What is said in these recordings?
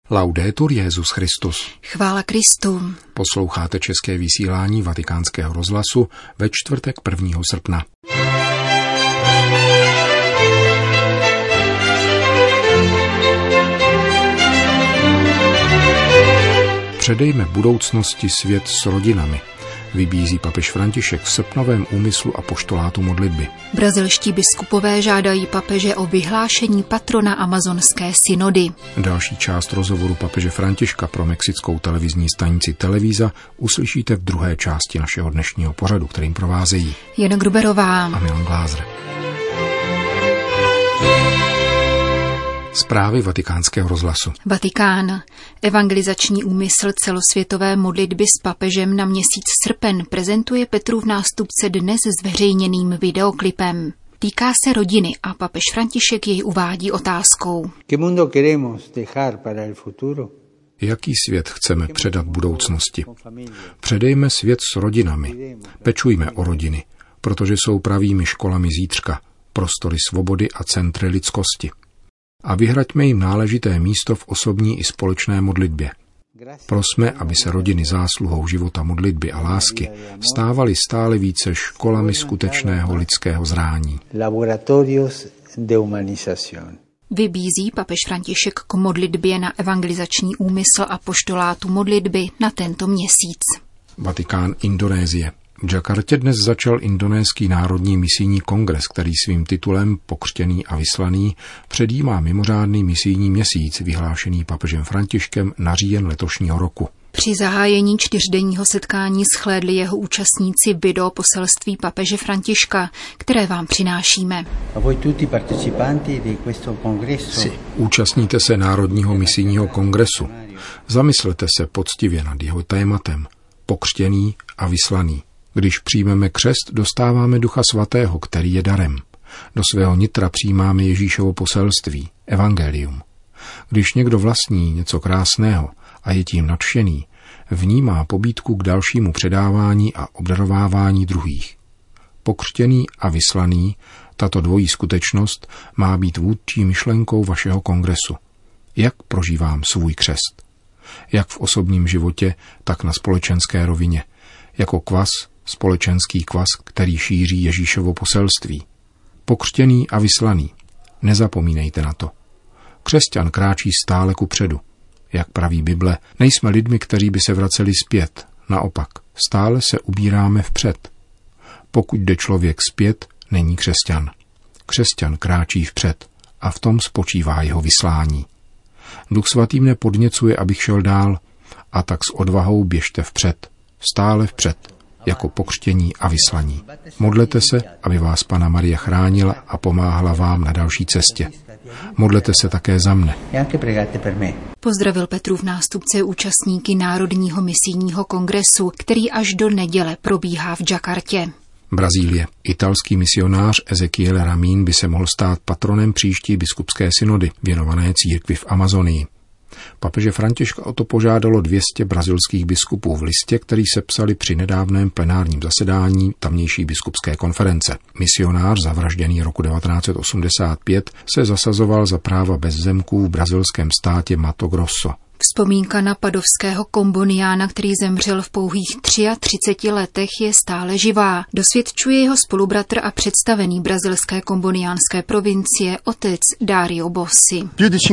Laudetur Jesus Christus. Chvála Kristu. Posloucháte české vysílání Vatikánského rozhlasu ve čtvrtek 1. srpna. Předejme budoucnosti svět s rodinami, vybízí papež František v srpnovém úmyslu apoštolátu modlitby. Brazilští biskupové žádají papeže o vyhlášení patrona amazonské synody. Další část rozhovoru papeže Františka pro mexickou televizní stanici Televisa uslyšíte v druhé části našeho dnešního pořadu, kterým provázejí Jana Gruberová a Milan Glázer. Zprávy Vatikánského rozhlasu. Vatikán. Evangelizační úmysl celosvětové modlitby s papežem na měsíc srpen prezentuje Petrův nástupce dnes zveřejněným videoklipem. Týká se rodiny a papež František jej uvádí otázkou. Jaký svět chceme předat budoucnosti? Předejme svět s rodinami. Pečujme o rodiny, protože jsou pravými školami zítřka, prostory svobody a centry lidskosti. A vyhraďme jim náležité místo v osobní i společné modlitbě. Prosme, aby se rodiny zásluhou života modlitby a lásky stávaly stále více školami skutečného lidského zrání. Vybízí papež František k modlitbě na evangelizační úmysl apoštolátu modlitby na tento měsíc. Vatikán, Indonésie. V Jakartě dnes začal indonéský národní misijní kongres, který svým titulem Pokřtěný a vyslaný předjímá mimořádný misijní měsíc, vyhlášený papežem Františkem na říjen letošního roku. Při zahájení 4denního setkání shlédli jeho účastníci video poselství papeže Františka, které vám přinášíme. Účastníte se Národního misijního kongresu. Zamyslete se poctivě nad jeho tématem. Pokřtěný a vyslaný. Když přijmeme křest, dostáváme Ducha Svatého, který je darem. Do svého nitra přijímáme Ježíšovo poselství, evangelium. Když někdo vlastní něco krásného a je tím nadšený, vnímá pobídku k dalšímu předávání a obdarovávání druhých. Pokřtěný a vyslaný, tato dvojí skutečnost má být vůdčí myšlenkou vašeho kongresu. Jak prožívám svůj křest? Jak v osobním životě, tak na společenské rovině. Jako kvas, společenský kvas, který šíří Ježíšovo poselství. Pokřtěný a vyslaný. Nezapomínejte na to. Křesťan kráčí stále kupředu. Jak praví Bible, nejsme lidmi, kteří by se vraceli zpět. Naopak, stále se ubíráme vpřed. Pokud jde člověk zpět, není křesťan. Křesťan kráčí vpřed a v tom spočívá jeho vyslání. Duch Svatý mne podněcuje, abych šel dál, a tak s odvahou běžte vpřed, stále vpřed, jako pokřtění a vyslaní. Modlete se, aby vás Panna Maria chránila a pomáhala vám na další cestě. Modlete se také za mne. Pozdravil Petrův nástupce účastníky Národního misijního kongresu, který až do neděle probíhá v Jakartě. Brazílie. Italský misionář Ezequiel Ramin by se mohl stát patronem příští biskupské synody věnované církvi v Amazonii. Papeže Františka o to požádalo 200 brazilských biskupů v listě, který sepsali při nedávném plenárním zasedání tamnější biskupské konference. Misionář, zavražděný roku 1985, se zasazoval za práva bezzemků v brazilském státě Mato Grosso. Vzpomínka na padovského komboniána, který zemřel v pouhých 33 letech, je stále živá. Dosvědčuje jeho spolubratr a představený brazilské komboniánské provincie otec Dario Bossi.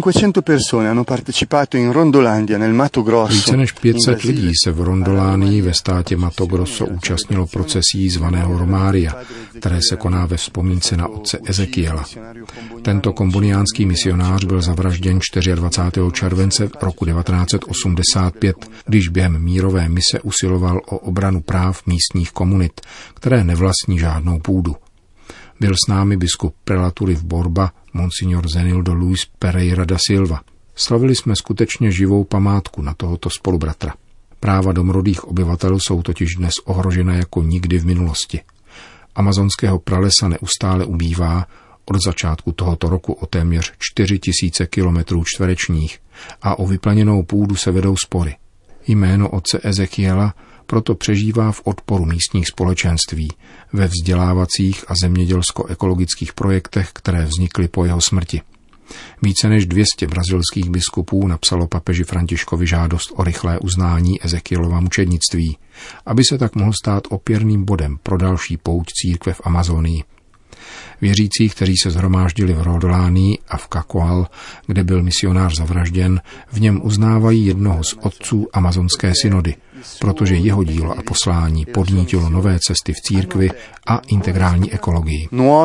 Více než 500 lidí se v Rondolánii ve státě Mato Grosso účastnilo procesí zvaného Romária, které se koná ve vzpomínce na otce Ezekiela. Tento komboniánský misionář byl zavražděn 24. července roku 1985, když během mírové mise usiloval o obranu práv místních komunit, které nevlastní žádnou půdu. Byl s námi biskup prelatury v Borba, monsignor Zenildo Luis Pereira da Silva. Slavili jsme skutečně živou památku na tohoto spolubratra. Práva domorodých obyvatel jsou totiž dnes ohrožena jako nikdy v minulosti. Amazonského pralesa neustále ubývá, od začátku tohoto roku o téměř 4000 kilometrů čtverečních a o vyplněnou půdu se vedou spory. Jméno otce Ezekiela proto přežívá v odporu místních společenství, ve vzdělávacích a zemědělsko-ekologických projektech, které vznikly po jeho smrti. Více než 200 brazilských biskupů napsalo papeži Františkovi žádost o rychlé uznání Ezechielova mučednictví, aby se tak mohl stát opěrným bodem pro další pouť církve v Amazonii. Věřící, kteří se shromáždili v Rodolánii a v Cacoal, kde byl misionář zavražděn, v něm uznávají jednoho z otců amazonské synody, protože jeho dílo a poslání podnítilo nové cesty v církvi a integrální ekologii.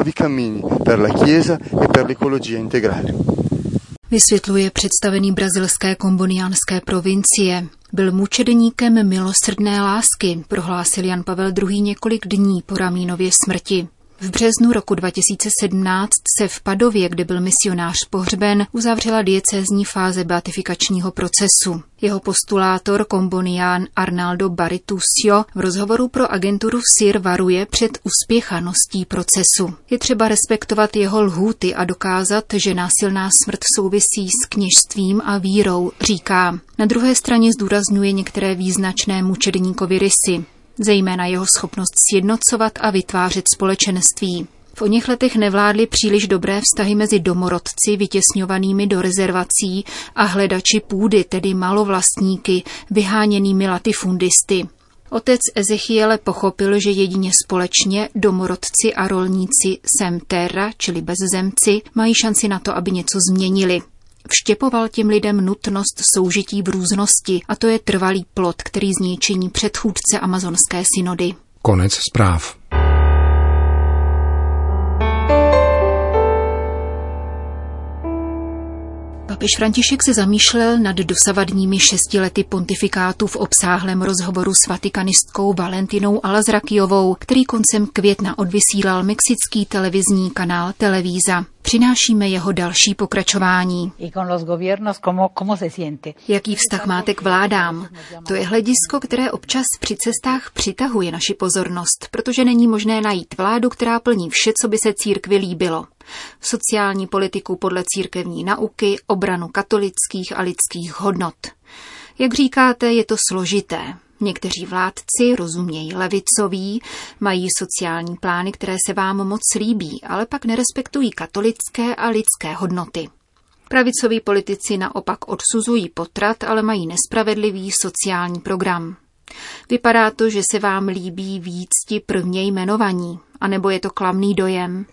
Vysvětluje představený brazilské komboniánské provincie. Byl mučedníkem milosrdné lásky, prohlásil Jan Pavel II. Několik dní po Ramínově smrti. V březnu roku 2017 se v Padově, kde byl misionář pohřben, uzavřela diecézní fáze beatifikačního procesu. Jeho postulátor kombonián Arnaldo Barritusio v rozhovoru pro agenturu SIR varuje před uspěchaností procesu. Je třeba respektovat jeho lhůty a dokázat, že násilná smrt souvisí s kněžstvím a vírou, říká. Na druhé straně zdůrazňuje některé význačné mučedníkovy rysy, zejména jeho schopnost sjednocovat a vytvářet společenství. V oněch letech nevládly příliš dobré vztahy mezi domorodci vytěsňovanými do rezervací a hledači půdy, tedy malovlastníky, vyháněnými latifundisty. Otec Ezechiele pochopil, že jedině společně domorodci a rolníci sem terra, čili bezzemci, mají šanci na to, aby něco změnili. Vštěpoval těm lidem nutnost soužití v různosti a to je trvalý plod, který z něj činí předchůdce amazonské synody. Konec zpráv. Papež František se zamýšlel nad dosavadními 6 lety pontifikátu v obsáhlém rozhovoru s vatikanistkou Valentinou Alazrakijovou, který koncem května odvysílal mexický televizní kanál Televisa. Přinášíme jeho další pokračování. Jaký vztah máte k vládám? To je hledisko, které občas při cestách přitahuje naši pozornost, protože není možné najít vládu, která plní vše, co by se církvi líbilo. Sociální politiku podle církevní nauky, obranu katolických a lidských hodnot. Jak říkáte, je to složité. Někteří vládci, rozumějí levicoví, mají sociální plány, které se vám moc líbí, ale pak nerespektují katolické a lidské hodnoty. Pravicoví politici naopak odsuzují potrat, ale mají nespravedlivý sociální program. Vypadá to, že se vám líbí víc ti prvně jmenovaní, anebo je to klamný dojem?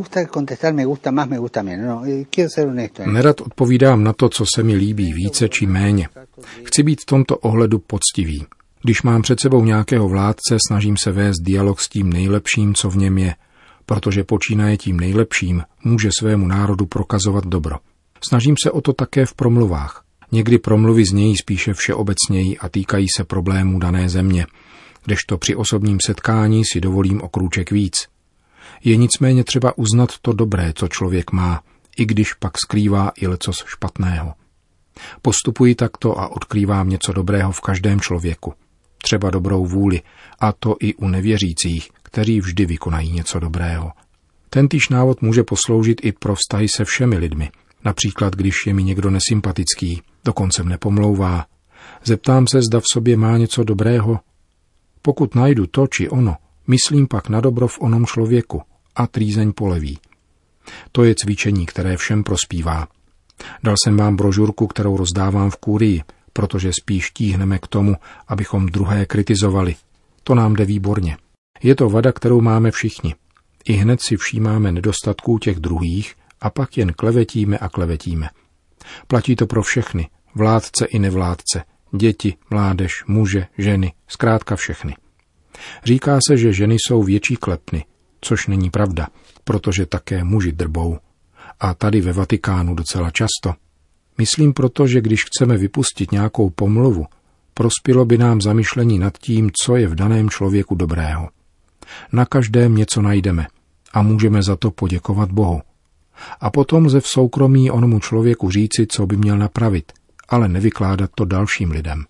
Nerad odpovídám na to, co se mi líbí více či méně. Chci být v tomto ohledu poctivý. Když mám před sebou nějakého vládce, snažím se vést dialog s tím nejlepším, co v něm je, protože počínaje tím nejlepším může svému národu prokazovat dobro. Snažím se o to také v promluvách. Někdy promluvy znějí spíše všeobecněji a týkají se problémů dané země, kdežto při osobním setkání si dovolím o krůček víc. Je nicméně třeba uznat to dobré, co člověk má, i když pak skrývá i lecos špatného. Postupuji takto a odkrývám něco dobrého v každém člověku. Třeba dobrou vůli, a to i u nevěřících, kteří vždy vykonají něco dobrého. Tentýž návod může posloužit i pro vztahy se všemi lidmi. Například, když je mi někdo nesympatický, dokonce mne pomlouvá. Zeptám se, zda v sobě má něco dobrého. Pokud najdu to či ono, myslím pak na dobro v onom člověku a trýzeň poleví. To je cvičení, které všem prospívá. Dal jsem vám brožurku, kterou rozdávám v kurii, protože spíš tíhneme k tomu, abychom druhé kritizovali. To nám jde výborně. Je to vada, kterou máme všichni. I hned si všímáme nedostatků těch druhých a pak jen klevetíme a klevetíme. Platí to pro všechny, vládce i nevládce, děti, mládež, muže, ženy, zkrátka všechny. Říká se, že ženy jsou větší klepny, což není pravda, protože také muži drbou. A tady ve Vatikánu docela často. Myslím proto, že když chceme vypustit nějakou pomluvu, prospělo by nám zamyšlení nad tím, co je v daném člověku dobrého. Na každém něco najdeme a můžeme za to poděkovat Bohu. A potom lze v soukromí onomu člověku říci, co by měl napravit, ale nevykládat to dalším lidem.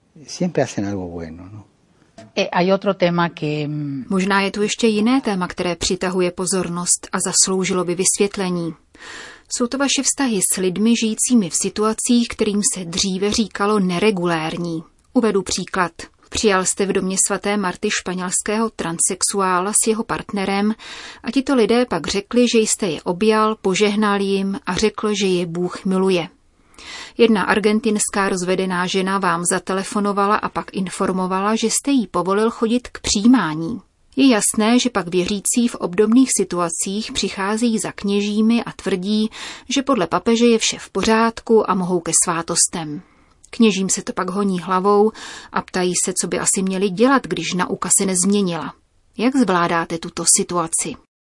Možná je tu ještě jiné téma, které přitahuje pozornost a zasloužilo by vysvětlení. Jsou to vaše vztahy s lidmi žijícími v situacích, kterým se dříve říkalo neregulérní. Uvedu příklad. Přijal jste v domě svaté Marty španělského transsexuála s jeho partnerem a tito lidé pak řekli, že jste je objal, požehnal jim a řekl, že je Bůh miluje. Jedna argentinská rozvedená žena vám zatelefonovala a pak informovala, že jste jí povolil chodit k přijímání. Je jasné, že pak věřící v obdobných situacích přichází za kněžími a tvrdí, že podle papeže je vše v pořádku a mohou ke svátostem. Kněžím se to pak honí hlavou a ptají se, co by asi měli dělat, když nauka se nezměnila. Jak zvládáte tuto situaci?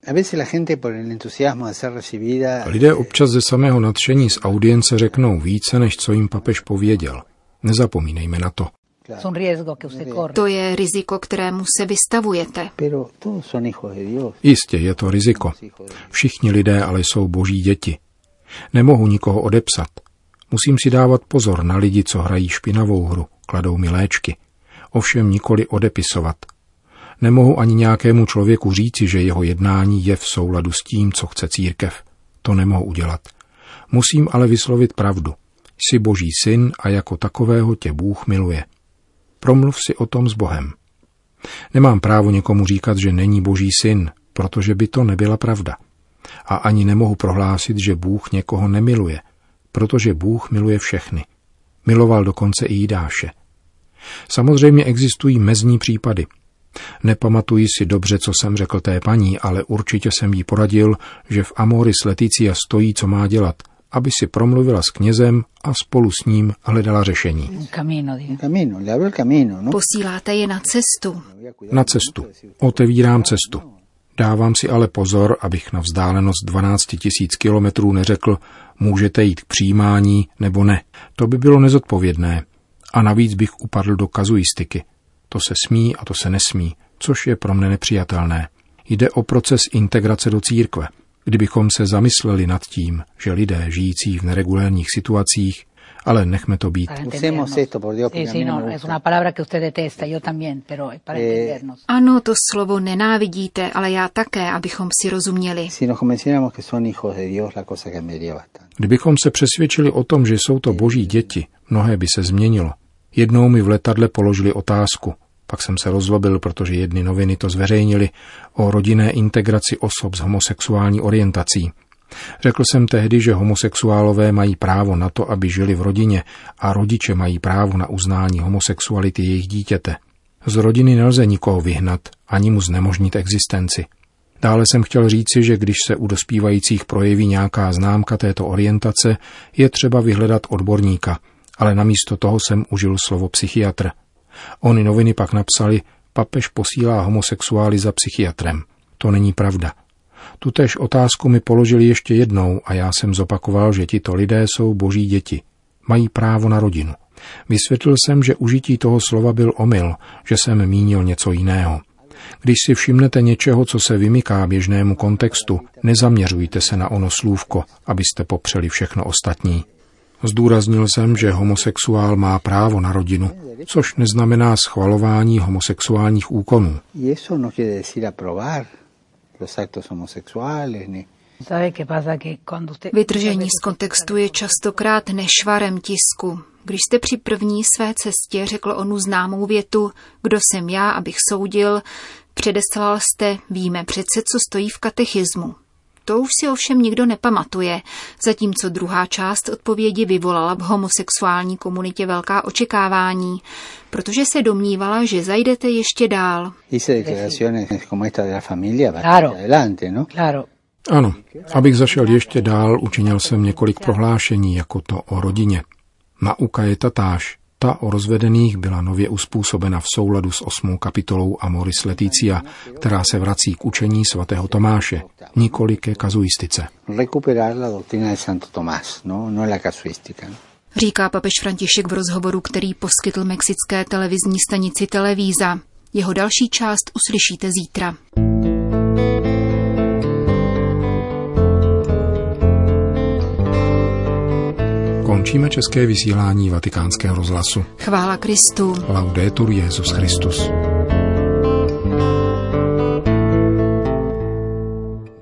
Lidé občas ze samého nadšení z audience řeknou více, než co jim papež pověděl. Nezapomínejme na to. To je riziko, kterému se vystavujete. Jistě, je to riziko. Všichni lidé ale jsou boží děti. Nemohu nikoho odepsat. Musím si dávat pozor na lidi, co hrají špinavou hru, kladou mi léčky. Ovšem nikoli odepisovat. Nemohu ani nějakému člověku říci, že jeho jednání je v souladu s tím, co chce církev. To nemohu udělat. Musím ale vyslovit pravdu. Jsi boží syn a jako takového tě Bůh miluje. Promluv si o tom s Bohem. Nemám právo někomu říkat, že není boží syn, protože by to nebyla pravda. A ani nemohu prohlásit, že Bůh někoho nemiluje, protože Bůh miluje všechny. Miloval dokonce i Jidáše. Samozřejmě existují mezní případy. Nepamatuji si dobře, co jsem řekl té paní, ale určitě jsem jí poradil, že v Amoris Laetitia stojí, co má dělat, aby si promluvila s knězem a spolu s ním hledala řešení. Posíláte je na cestu. Na cestu. Otevírám cestu. Dávám si ale pozor, abych na vzdálenost 12 000 kilometrů neřekl, můžete jít k přijímání nebo ne. To by bylo nezodpovědné. A navíc bych upadl do kazuistiky. To se smí a to se nesmí, což je pro mne nepřijatelné. Jde o proces integrace do církve. Kdybychom se zamysleli nad tím, že lidé žijící v neregulérních situacích, ale nechme to být. Ano, to slovo nenávidíte, ale já také, abychom si rozuměli. Kdybychom se přesvědčili o tom, že jsou to boží děti, mnohé by se změnilo. Jednou mi v letadle položili otázku. Pak jsem se rozlobil, protože jedny noviny to zveřejnili o rodinné integraci osob s homosexuální orientací. Řekl jsem tehdy, že homosexuálové mají právo na to, aby žili v rodině a rodiče mají právo na uznání homosexuality jejich dítěte. Z rodiny nelze nikoho vyhnat, ani mu znemožnit existenci. Dále jsem chtěl říci, že když se u dospívajících projeví nějaká známka této orientace, je třeba vyhledat odborníka, ale namísto toho jsem užil slovo psychiatr. Ony noviny pak napsali, papež posílá homosexuály za psychiatrem. To není pravda. Tutéž otázku mi položili ještě jednou a já jsem zopakoval, že tito lidé jsou boží děti. Mají právo na rodinu. Vysvětlil jsem, že užití toho slova byl omyl, že jsem mínil něco jiného. Když si všimnete něčeho, co se vymyká běžnému kontextu, nezaměřujte se na ono slůvko, abyste popřeli všechno ostatní. Zdůraznil jsem, že homosexuál má právo na rodinu, což neznamená schvalování homosexuálních úkonů. Vytržení z kontextu je častokrát nešvarem tisku. Když jste při první své cestě řekl onu známou větu, kdo jsem já, abych soudil, předeslal jste, víme přece, co stojí v katechismu. To už si ovšem nikdo nepamatuje, zatímco druhá část odpovědi vyvolala v homosexuální komunitě velká očekávání, protože se domnívala, že zajdete ještě dál. Ano, abych zašel ještě dál, učinil jsem několik prohlášení, jako to o rodině. Nauka je tatáž. Ta o rozvedených byla nově uspůsobena v souladu s 8. kapitolou Amoris Laetitia, která se vrací k učení svatého Tomáše, nikoli ke kazuistice. Říká papež František v rozhovoru, který poskytl mexické televizní stanici Televisa. Jeho další část uslyšíte zítra. Končíme české vysílání Vatikánského rozhlasu. Chvála Kristu. Laudetur Jesus Christus.